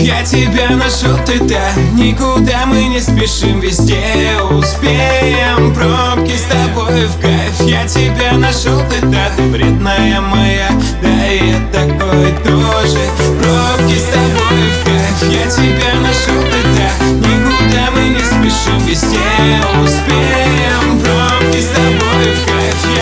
Я тебя нашел, ты так. Никуда мы не спешим, везде успеем. Пробки с тобой в кайф. Я тебя нашел, ты так. Ты вредная моя, да и я такой тоже. Пробки с тобой в кайф. Я тебя нашел, ты так. Никуда мы не спешим, везде успеем. Пробки с тобой в кайф.